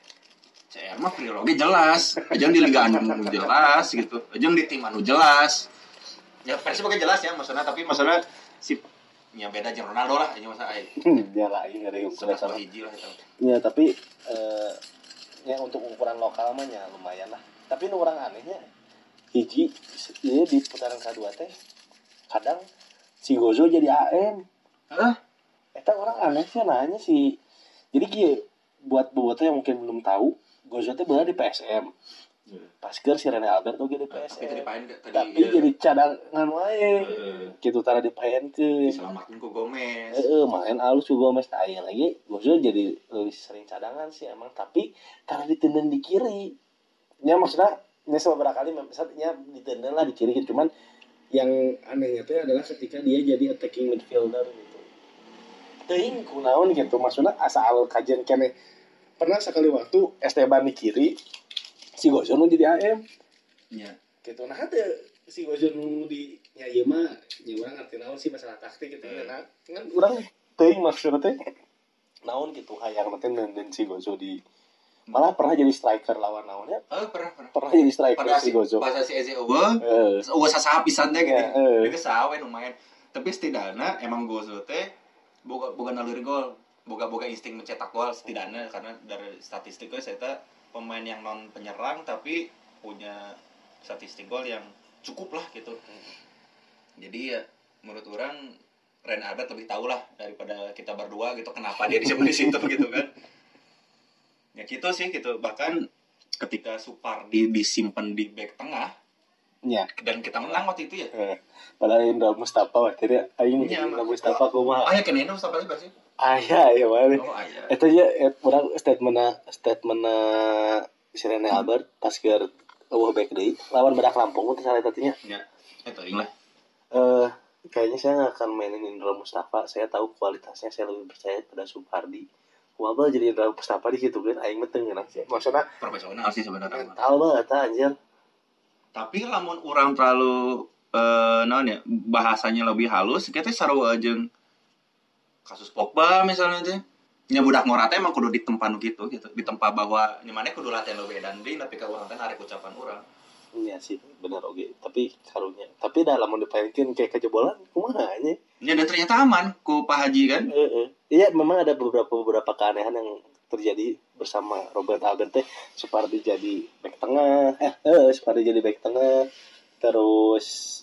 C R mah free roll jelas. Aja di liga anu jelas gitu. Aja di tim anu jelas. Ya versi pakai jelas ya maksudnya tapi maksudnya si nya beda jeung Ronaldo lah nya masa ai. Ya lah ini dari ukuran sama hiji lah itu. Ya tapi eh ya untuk ukuran lokal mah nya lumayan lah. Tapi nu urang anehnya hiji ini di putaran kedua teh kadang si Gozo jadi A M. Heeh. Eta orang aneh sih nanya sih. Jadi kieu buat bobotnya yang mungkin belum tahu, Gozo teh beula di P S M. Hmm. Pas keur si Rene Albert oge di P S M. Tapi, tapi ya. Jadi cadangan wae. Heeh. Kitu tara dipaenkeun. Diselamatkeun ku Gomez. Heeh, main alus ku Gomez tah aya lagi Gozo jadi lebih sering cadangan sih emang, tapi karena ditendang di kiri. Nya maksudnya nya beberapa kali misalnya ditendang lah di kiri gitu, cuman yang anehnya itu adalah ketika dia jadi attacking midfielder gitu. Teuing kunaon gitu maksudnya asal kajian kene. Pernah sekali waktu Esteban di kiri, si Gozo nu jadi A M. Iya. Gitu nah teh si Gozo nu di nya ieu mah nya urang ngarti naon sih masalah taktik gitu hmm. Nah kan urang teuing maksudna teh naon gitu hayang teh dan si Gozo di malah pernah jadi striker lawan naonnya. Oh, pernah pernah. Pernah jadi striker pada si Gozo. Pas si Eze Owe, uh. Owe sasaha pisan teh gitu. Uh. Dia sawe lumayan. Tapi setidaknya emang Gozo teh boga boga naluri gol, boga-boga insting mencetak gol setidaknya karena dari statistiknya saya teh pemain yang non penyerang tapi punya statistik gol yang cukup lah gitu. Jadi ya menurut orang Ren Albert lebih tahu lah daripada kita berdua gitu kenapa dia disebut di situ gitu kan. Ya gitu sih gitu, bahkan ketika Supardi disimpan di back tengah ya dan kita menang waktu itu ya eh, padahal Indra Mustafa waktu itu aing ya, Indra Mustafa kumaha aya kene Indra Mustafa juga sih aya ya mana oh aya eta ya urang statementna statementna si Rene Albert pas keur eueuh back deui lawan Badak Lampung teh salah tadinya ya eta ing lah eh kayaknya saya nggak akan mainin Indra Mustafa, saya tahu kualitasnya, saya lebih percaya pada Supardi. Wabah jadi Indra Mustafa di situ kan aing mah teu ngeunang sih. Maksudna profesional sih sebenarnya. Mental banget anjir. Tapi lamun urang terlalu eh naon ya bahasanya lebih halus, kita sarua jeung kasus Pogba misalnya teh. Nya budak ngora teh emang kudu ditempa nu kitu gitu. Ditempa bahwa nya maneh kudu latihan lebih dan deui tapi ka urang teh arek ucapan urang. Iya sih, benar oke. Tapi karunya, tapi dah lamun dipaenkeun kayak kejebolan kumaha nya? Ya dan ternyata aman ku Pak Haji kan. Heeh. Iya, memang ada beberapa beberapa keanehan yang terjadi bersama Robert Albert teh. Supardi jadi back tengah, eh, eh Supardi jadi back tengah, terus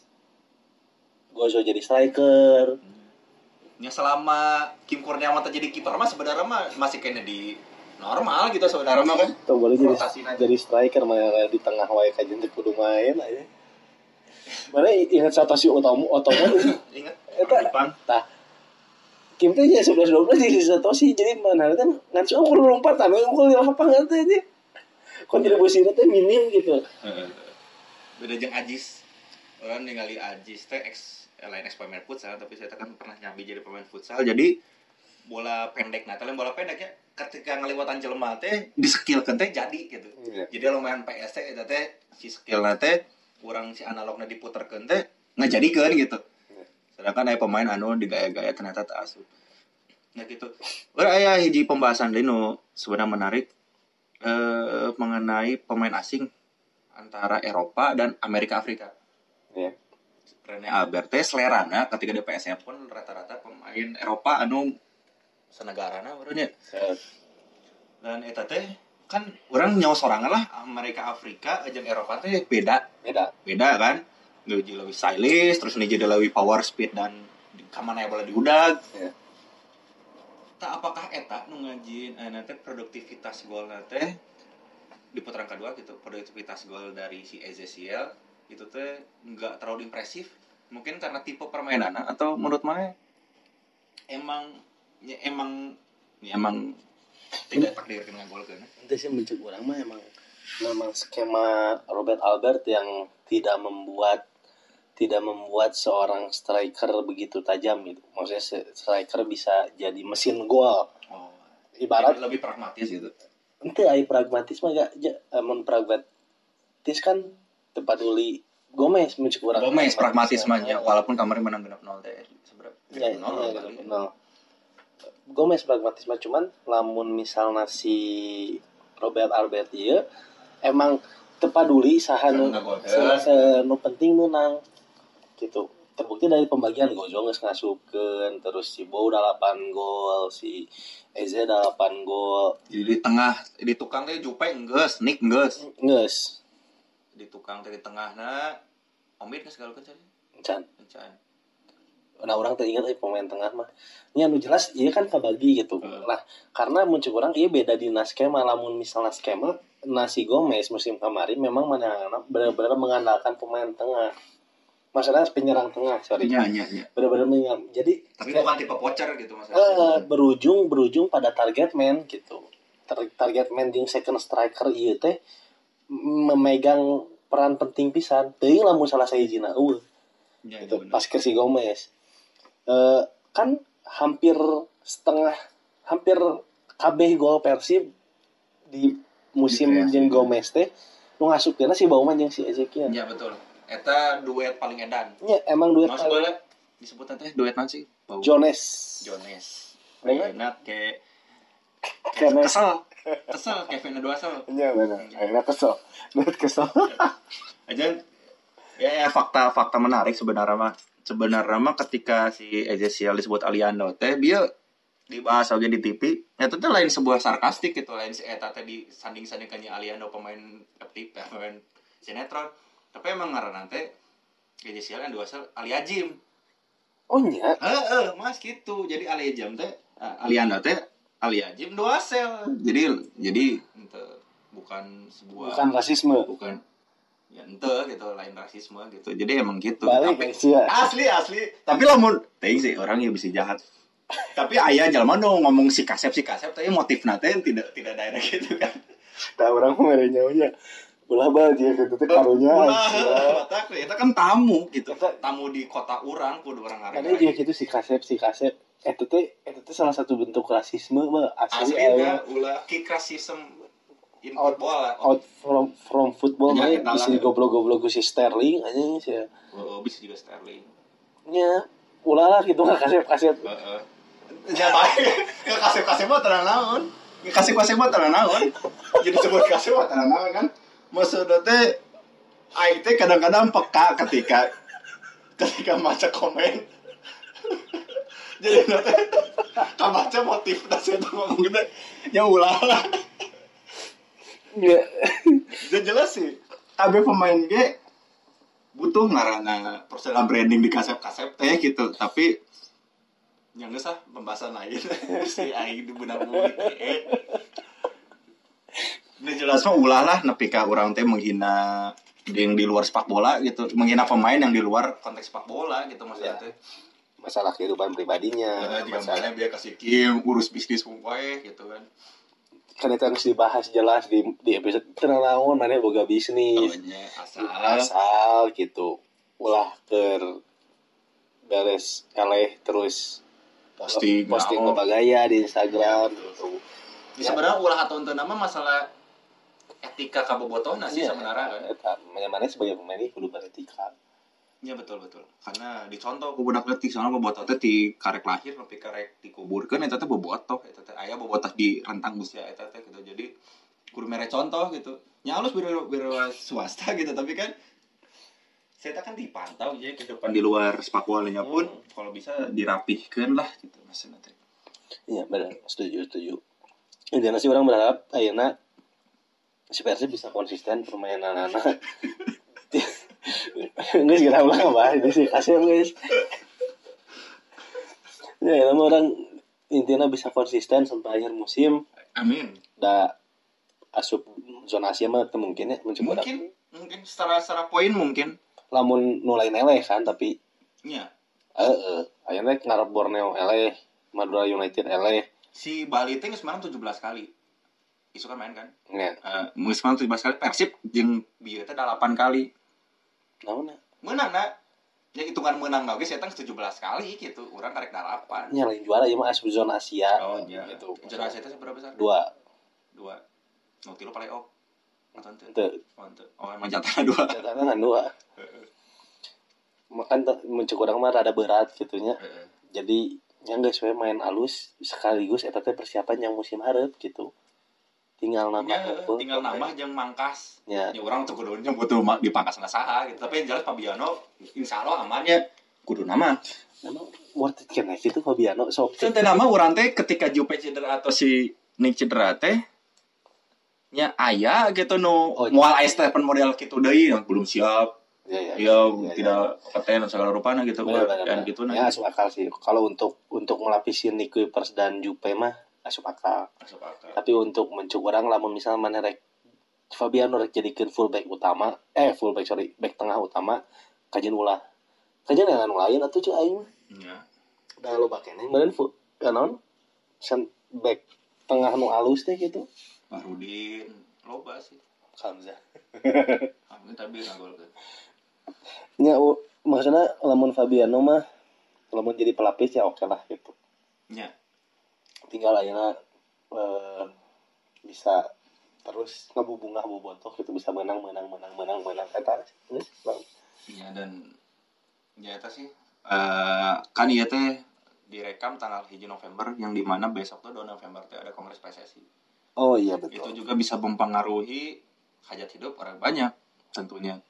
Gozo jadi striker. Ya selama Kim Kurniawan jadi kiper mah sebenarnya mah masih kayaknya di normal gitu sebenarnya mah kan. Tuh boleh jadi Rotasi aja. jadi striker malah di tengah wae kajen teh kudu main aja. Mana ingat Satoshi Otomo Otomo Ingat? eta Jepang. tah Kim teh ya sebelas dua belas jadi Satoshi jadi mana kan ngan suka kudu lompat anu unggul di lapangan teh nya. Kontribusinya teh minim gitu. Heeh. Beda jeung Ajis. Orang ningali Ajis teh ex lain ex pemain futsal tapi saya kan pernah nyambi jadi pemain futsal. Jadi bola pendek nah teh bola pendek ya ketika ngaliwatan jelema teh di skill teh jadi gitu. Iya. Jadi lo main P S teh eta teh si skill teh urang si analogna diputerkeun teh ngajadikeun gitu. Sedangkan aya pemain anu digaya-gaya ternyata teu asup. Nah gitu. Ora aya hiji pembahasan deui nu sebenarnya menarik eh mengenai pemain asing antara Eropa dan Amerika Afrika. Iya. Rene Albert teh selerana ketika di P S M pun rata-rata pemain Eropa anu senegarana barunya. Dan eta teh kan orang nyawa sorangan lah Amerika Afrika jeung Eropa teh beda. Beda. Beda kan. Nuju lebih stylish, terus nu jadi lebih power speed dan ka mana bola diudag. Iya. Tak apakah eta nu ngajieun aya teh produktivitas golna teh di putaran kedua gitu. Produktivitas gol dari si Ezekiel itu teh enggak terlalu impresif. Mungkin karena tipe permainanna atau menurut mana emang ya emang ya emang tidak takdir dengan gol kan. Itu sih mencuk orang mah emang memang skema Robert Albert yang tidak membuat tidak membuat seorang striker begitu tajam gitu. Maksudnya striker bisa jadi mesin gol. Oh, Ibarat lebih pragmatis gitu. ente ai pragmatis mah gak amun pragmatis kan tempat uli Gomez mencuk urang. Gomez pragmatis mah nya walaupun kemarin menang genep nol teh seberapa. Ya, nol kali. nol. Gomez pragmatis mah cuman lamun misalna si Robert Albert ieu emang teu paduli saha nu nu penting menang gitu. Terbukti dari pembagian Gozo geus ngasupkeun, terus si Bow delapan gol, si Eze delapan gol. Jadi di tengah di tukang teh Jupe enggeus, Nick enggeus. Geus. Di tukang teh di tengahna Omid geus galeukeun cari. Encan. Encan. Nah, orang teringat eh pemain tengah mah. Nya nu jelas ieu kan kabagi gitu. Hmm. Nah, karena muncul orang ieu beda di skema lamun misalnya skema nasi Gomez musim kemarin memang mana benar-benar mengandalkan pemain tengah. Masalah penyerang tengah, sorry. Iya, iya, iya. Benar-benar mengandalkan. Jadi Tapi bukan tipe voucher gitu eh, maksudnya. berujung berujung pada target man gitu. Tar- target man jeung second striker ieu teh memegang peran penting pisan. Teuing lamun salah sahijina eueuh. Iya, Gitu, pas ke si Gomez. Uh, kan hampir setengah hampir kabeh gol Persib di musim Di jeung Gomez teh nu ngasupkeunna si Bauman jeung si Ezekiel. Iya betul. Eta duet paling edan. Nya emang duet Mas boleh disebutna teh duet naon sih? Bau. Jones. Jones. Bener? Enak kayak Karena kesel. Kesel Kevin dua asal. nya bener. Akhirnya kesel. Duet kesel. Aja ya, ya fakta-fakta menarik sebenarnya mah. Sebenarnya mah ketika si Ezekiel disebut Aliando teh dia dibahas aja di T V, eta teh lain sebuah sarkastik gitu, lain si eta teh disanding-sandingkan Aliando pemain F T P, pemain sinetron. Tapi emang ngaranna teh Ezekiel yang dua asal Ali Ajim. Oh nya. Heeh, Mas gitu. Jadi Ali Ajim teh uh, Aliando teh Ali Ajim dua asal. Jadi jadi ente bukan sebuah Bukan rasisme. bukan ya ente gitu lain rasisme gitu jadi emang gitu Balik tapi sih ya. asli asli tapi lamun teuing sih orang yang bisa jahat tapi aya jalma nu ngomong si kasep si kasep tapi motifna teh tidak tidak daerah gitu kan Tah urang mah mere nyaunya. Ulah bae dia kitu teh karunya. ulah matak eta kan tamu gitu tamu di kota urang kudu urang Kan ngarenga dia kitu si kasep si kasep. Eta teh eta teh salah satu bentuk rasisme mah asli. asli aya. nya ulah kick racism in out, football lah out from from football Ya, mah eta bisa lah. digoblok-goblok ku si Sterling anjing sih. oh, bisa juga Sterling Nya ulah lah gitu kan kasep-kasep. heeh ya baik ya kasep-kasep mah tenang naon ya kasep-kasep mah tenang naon jadi sebut kasep mah tenang naon kan maksudnya teh Aing teh kadang-kadang peka ketika ketika baca komen. Jadi nanti kabaca motif dan saya ngomong gitu ya ulah lah. Ya. Udah jelas sih. K B pemain G butuh ngarana personal branding di kasep-kasep teh gitu, tapi yang geus ah pembahasan lain si aing di beunang bumi. Ini jelas mah ulah lah nepi ka urang teh menghina yang di luar sepak bola gitu, menghina pemain yang di luar konteks sepak bola gitu maksudnya teh. Masalah kehidupan pribadinya, Nah, jika masalah mana dia kasih Kim urus bisnis pokoknya gitu kan. kan itu harus dibahas jelas di di episode kenaon mana boga bisnis. Awalnya asal asal gitu. Ulah ter beres eleh terus posting posting naon. ngebagaya di Instagram Ya, gitu. Ya, sebenarnya ulah atau ente nama masalah etika kabobotohna sih Iya, sebenarnya kan. Eta, mana sebagai pemain ini kudu beretika. Ya betul betul. Karena dicontoh ku budak leutik soalnya bobotoh teh ti karek lahir nepi karek dikuburkeun eta teh bobotoh, eta teh aya bobotoh di rentang usia eta teh gitu. Jadi kudu mere contoh gitu. Nya alus biro biro swasta gitu tapi kan saya kan dipantau ya kehidupan di luar sepak bolanya pun hmm. kalau bisa dirapihkeun lah gitu maksudnya teh. Iya benar, setuju setuju. Intinya sih orang berharap ayeuna si Persib bisa konsisten permainan anak. Guys, kita ulang apa? Ini sih kasihan guys. Ya, nama orang intinya bisa konsisten sampai akhir musim. Amin. Da asup zonasi mah mungkin ya mencoba. Mungkin, mungkin secara secara poin mungkin. Lamun nulain eleh kan tapi. Iya. Eh, uh, akhirnya ngarep Borneo eleh, Madura United eleh. Si Bali teh semalam tujuh belas kali. Isu kan main kan? Iya. Uh, semalam tujuh belas kali Persib jeung bieu teh delapan kali. Naonna? Menang na. Ya hitungan menang na geus eta tujuh belas kali gitu. Urang karek delapan. Nya lain juara ieu mah asup zona Asia. Oh iya. Gitu. Zona Asia teh seberapa besar? Dua. Dua. Nu tilu playoff. Atau ente? Ente. Oh ente. Oh emang jatahna dua. Jatahna kan dua. Makan mencek urang mah rada berat gitunya. Jadi yang geus we main alus sekaligus eta teh persiapan yang musim hareup gitu. Tinggal nambah ya, tinggal nambah jeung mangkas. Ya, ya urang teu kudu nya butuh dipangkasna saha gitu. Tapi yang jelas Fabiano insyaallah aman ya. Kudu nama. Emang worth it kena gitu Fabiano sok. Teu teh nama urang teh ketika Jupe cedera atau si Nick cedera teh nya aya gitu nu oh, moal aya Stephen model kitu deui yang belum siap. Ya, ya, ya, ya tidak kompeten segala rupanya gitu dan gitu nah. Ya asup akal sih. Kalau untuk untuk melapisi Nick Kuipers dan Jupe mah asup akal. Asup akal. Tapi untuk mencuk orang lamun misal mana rek Fabiano rek jadikeun fullback utama, eh fullback sorry, back tengah utama kajian ulah. Kajian yang anu lain atuh ceu aing. Nya. Da loba keneh meureun full kanon sen back tengah nu alus teh gitu. Farudin loba sih. Hamzah. Hamzah tapi ngagolkeun. Ya, maksudnya lamun Fabiano mah lamun jadi pelapis ya oke lah gitu. Ya. Tinggal ayeuna eh, bisa terus ngabubungah bobotoh gitu bisa menang menang menang menang menang eta geus bang. Iya dan ya eta sih uh, kan ieu teh direkam tanggal satu November yang di mana besok tuh dua November teh ada kongres P S S I. Oh iya betul. Itu juga bisa mempengaruhi hajat hidup orang banyak tentunya.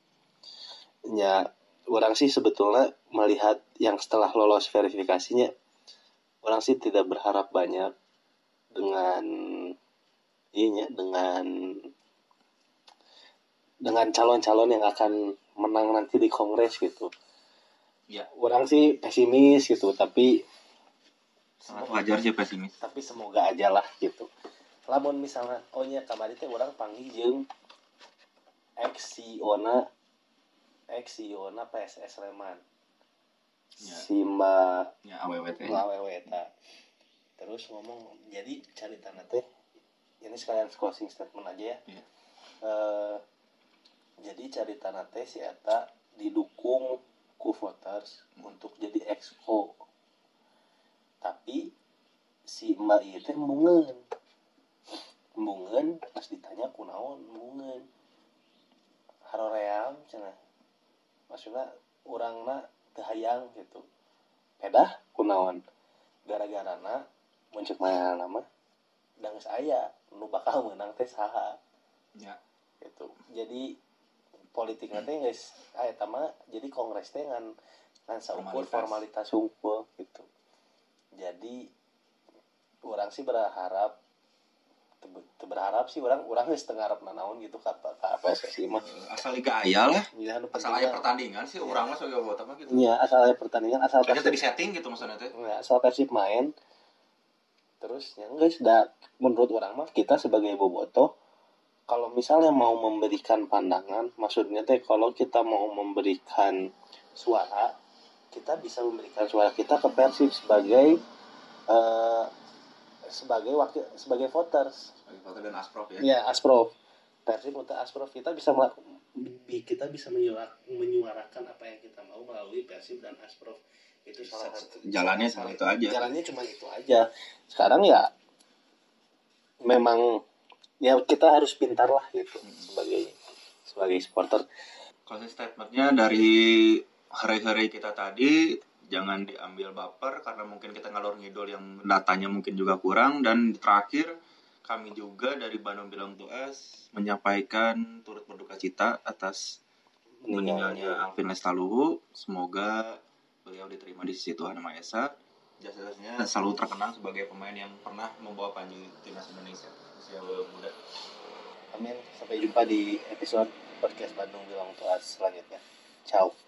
Ya, orang sih sebetulnya melihat yang setelah lolos verifikasinya, orang sih tidak berharap banyak dengan iya dengan dengan calon-calon yang akan menang nanti di kongres gitu. Ya, orang sih pesimis gitu, tapi sangat wajar sih pesimis. Tapi semoga aja lah gitu. Lamun misalnya, oh nya kamari teh orang panggil jeung ex C E O-na ex C E O-na P S S Sleman. Ya. Si Mbak ya A W W T. Mbak A W W T. Terus ngomong, jadi cari tanah teh ini sekalian closing statement aja ya. Ya. Uh, jadi cari tanah teh si eta didukung ku voters hmm. untuk jadi exco. Tapi si Mbak ieu teh mungeun. Mungeun pas ditanya kunaon mungeun. Haroream cenah. Maksudna urangna teu hayang gitu. Pedah kunaon? Gara-garana muncul mana nama? Da geus aya nu bakal meunang teh saha. Ya. Gitu. Jadi politik nanti guys ah eta mah jadi kongres teh ngan ngan saukur Formalitas. formalitas hungkul gitu. Jadi orang sih berharap teu- teu berharap sih orang orang geus teu ngarepna naon gitu ka ka P S S I mah. Asal liga aya lah. Ya, anu Asal penting aya mah- pertandingan sih Iya. urang mah sebagai anggota mah gitu. Iya, asal ada pertandingan, asal Kayaknya tadi Persib, setting gitu maksudnya teh. ya, asal Persib main. Terus yang guys, da, menurut orang mah kita sebagai bobotoh kalau misalnya mau memberikan pandangan, maksudnya teh kalau kita mau memberikan suara, kita bisa memberikan suara kita ke Persib sebagai eh, sebagai wakil sebagai voters. Sebagai foto dan Asprof ya. Ya, Asprof. Persib untuk Asprof kita bisa melak- bi- kita bisa menyuara- menyuarakan apa yang kita mau melalui Persib dan Asprof. Itu salah satu Jalannya cuma itu aja. Jalannya cuma itu aja. Sekarang ya memang ya kita harus pintar lah gitu sebagai sebagai supporter. Closing statementnya dari hari-hari kita tadi, jangan diambil baper karena mungkin kita ngalor ngidol yang datanya mungkin juga kurang. Dan terakhir, kami juga dari Bandung Bilang Tuas menyampaikan turut berduka cita atas meninggalnya Alvin Lestaluhu. Semoga beliau diterima di sisi Tuhan Yang Maha Esa. Jasa-jasanya selalu terkenang sebagai pemain yang pernah membawa Panji timnas Indonesia usia muda. Amin. Sampai jumpa di episode podcast Bandung Bilang Tuas selanjutnya. Ciao.